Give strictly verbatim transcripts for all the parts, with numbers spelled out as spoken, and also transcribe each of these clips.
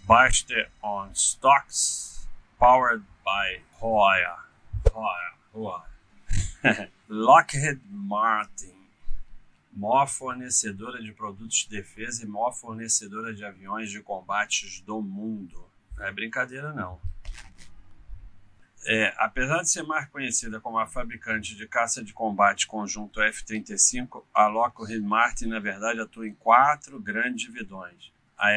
based on stocks powered by Hoya. Hoya. Hoya. Lockheed Martin, maior fornecedora de produtos de defesa e maior fornecedora de aviões de combate do mundo. Não é brincadeira, não. É, apesar de ser mais conhecida como a fabricante de caça de combate conjunto F trinta e cinco, a Lockheed Martin, na verdade, atua em quatro grandes divisões: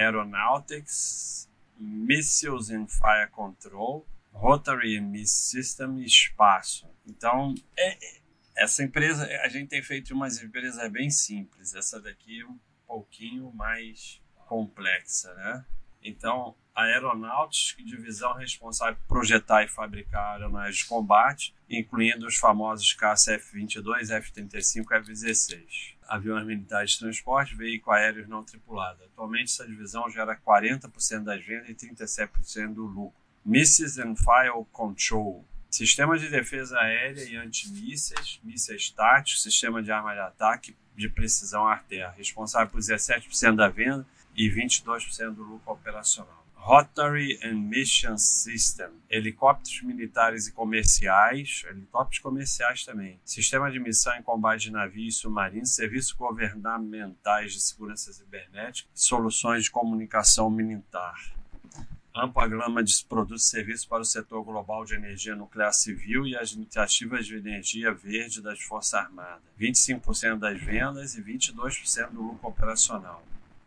Aeronautics, Missiles and Fire Control, Rotary and Missile System e Espaço. Então, é, essa empresa, a gente tem feito umas empresas bem simples. Essa daqui é um pouquinho mais complexa, né? Então, a Aeronautics, divisão responsável por projetar e fabricar aeronaves de combate, incluindo os famosos caça F vinte e dois, F trinta e cinco e F dezesseis. Aviões militares de transporte, veículos aéreos não tripulados. Atualmente, essa divisão gera quarenta por cento das vendas e trinta e sete por cento do lucro. Missiles and Fire Control. Sistemas de defesa aérea e antimísseis, mísseis táticos, sistema de arma de ataque de precisão ar-terra, responsável por dezessete por cento da venda e vinte e dois por cento do lucro operacional. Rotary and Mission System, helicópteros militares e comerciais, helicópteros comerciais também, sistema de missão em combate de navios e submarinos, serviços governamentais de segurança cibernética, soluções de comunicação militar. Ampla gama de produtos e serviços para o setor global de energia nuclear civil e as iniciativas de energia verde das Forças Armadas. vinte e cinco por cento das vendas e vinte e dois por cento do lucro operacional.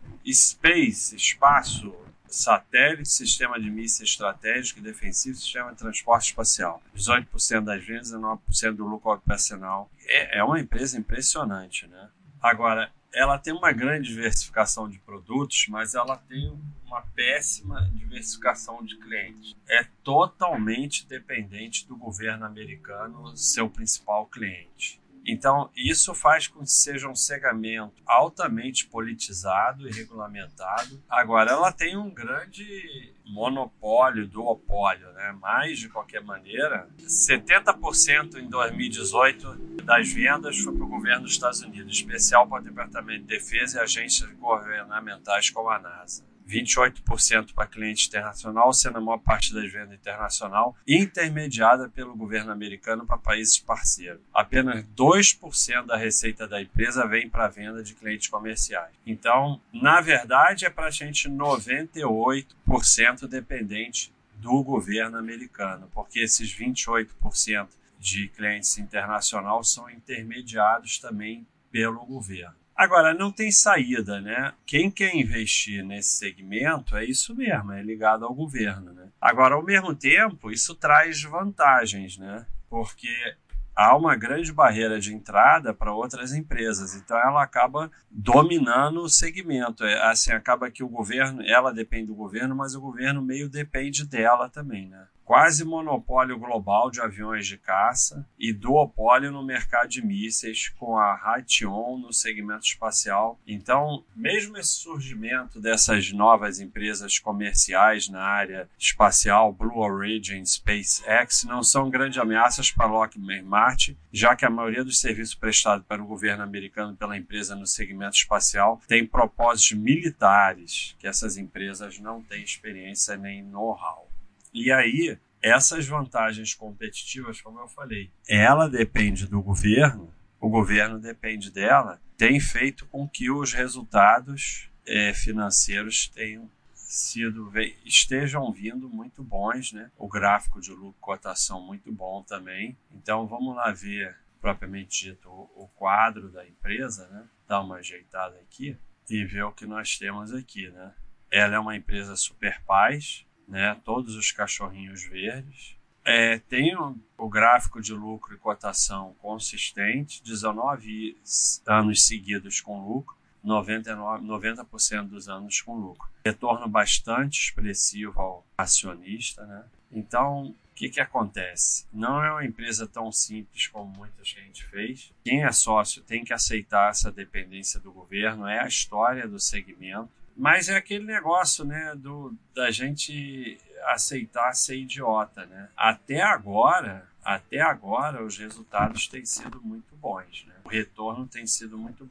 Space, espaço, satélite, sistema de mísseis estratégico e defensivo, sistema de transporte espacial. dezoito por cento das vendas e nove por cento do lucro operacional. É, é uma empresa impressionante, né? Agora, ela tem uma grande diversificação de produtos, mas ela tem uma péssima diversificação de clientes. É totalmente dependente do governo americano, seu principal cliente. Então, isso faz com que seja um segmento altamente politizado e regulamentado. Agora, ela tem um grande monopólio, duopólio, né? Mas, de qualquer maneira, setenta por cento em dois mil e dezoito das vendas foi para o governo dos Estados Unidos, especial para o Departamento de Defesa e agências governamentais como a NASA. vinte e oito por cento para cliente internacional, sendo a maior parte das vendas internacional intermediada pelo governo americano para países parceiros. Apenas dois por cento da receita da empresa vem para a venda de clientes comerciais. Então, na verdade, é praticamente noventa e oito por cento dependente do governo americano, porque esses vinte e oito por cento de clientes internacionais são intermediados também pelo governo. Agora, não tem saída, né? Quem quer investir nesse segmento é isso mesmo, é ligado ao governo, né? Agora, ao mesmo tempo, isso traz vantagens, né? Porque há uma grande barreira de entrada para outras empresas, então ela acaba dominando o segmento. É, assim, acaba que o governo, ela depende do governo, mas o governo meio depende dela também, né? Quase monopólio global de aviões de caça e duopólio no mercado de mísseis com a Raytheon no segmento espacial. Então, mesmo esse surgimento dessas novas empresas comerciais na área espacial, Blue Origin, SpaceX, não são grandes ameaças para Lockheed Martin, já que a maioria dos serviços prestados para o governo americano pela empresa no segmento espacial tem propósitos militares, que essas empresas não têm experiência nem know-how. E aí, essas vantagens competitivas, como eu falei, ela depende do governo, o governo depende dela, tem feito com que os resultados é, financeiros tenham sido, estejam vindo muito bons, né? O gráfico de lucro cotação muito bom também. Então, vamos lá ver, propriamente dito, o, o quadro da empresa, né? Dar uma ajeitada aqui e ver o que nós temos aqui, né? Ela é uma empresa super paz, né, todos os cachorrinhos verdes. É, tem o, o gráfico de lucro e cotação consistente, dezenove anos seguidos com lucro, noventa e nove, noventa por cento dos anos com lucro. Retorno bastante expressivo ao acionista, né? Então, o que, que acontece? Não é uma empresa tão simples como muita gente fez. Quem é sócio tem que aceitar essa dependência do governo, é a história do segmento. Mas é aquele negócio, né, do, da gente aceitar ser idiota, né? Até agora, até agora os resultados têm sido muito bons, né? O retorno tem sido muito bom.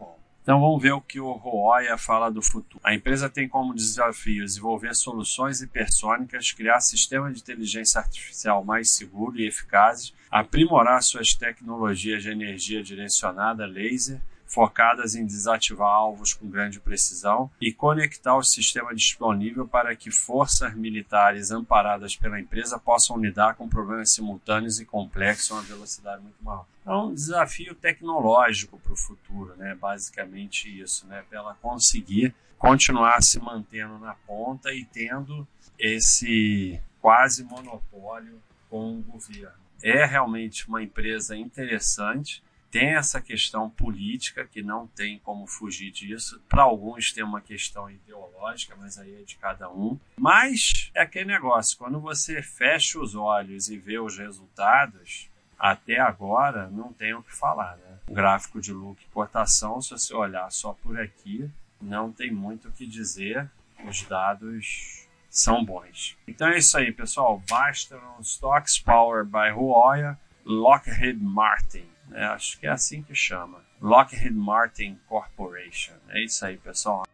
Então vamos ver o que o Huoya fala do futuro. A empresa tem como desafio desenvolver soluções hipersônicas, criar sistemas de inteligência artificial mais seguros e eficazes, aprimorar suas tecnologias de energia direcionada laser, focadas em desativar alvos com grande precisão e conectar o sistema disponível para que forças militares amparadas pela empresa possam lidar com problemas simultâneos e complexos a uma velocidade muito maior. É um desafio tecnológico para o futuro, né? Basicamente isso, né? Para ela conseguir continuar se mantendo na ponta e tendo esse quase monopólio com o governo. É realmente uma empresa interessante. Tem essa questão política, que não tem como fugir disso. Para alguns tem uma questão ideológica, mas aí é de cada um. Mas é aquele negócio, quando você fecha os olhos e vê os resultados, até agora não tem o que falar, né? O gráfico de lucro e cotação, se você olhar só por aqui, não tem muito o que dizer. Os dados são bons. Então é isso aí, pessoal. Bastion Stocks Powered by Huoya, Lockheed Martin. É, acho que é assim que chama. Lockheed Martin Corporation. É isso aí, pessoal.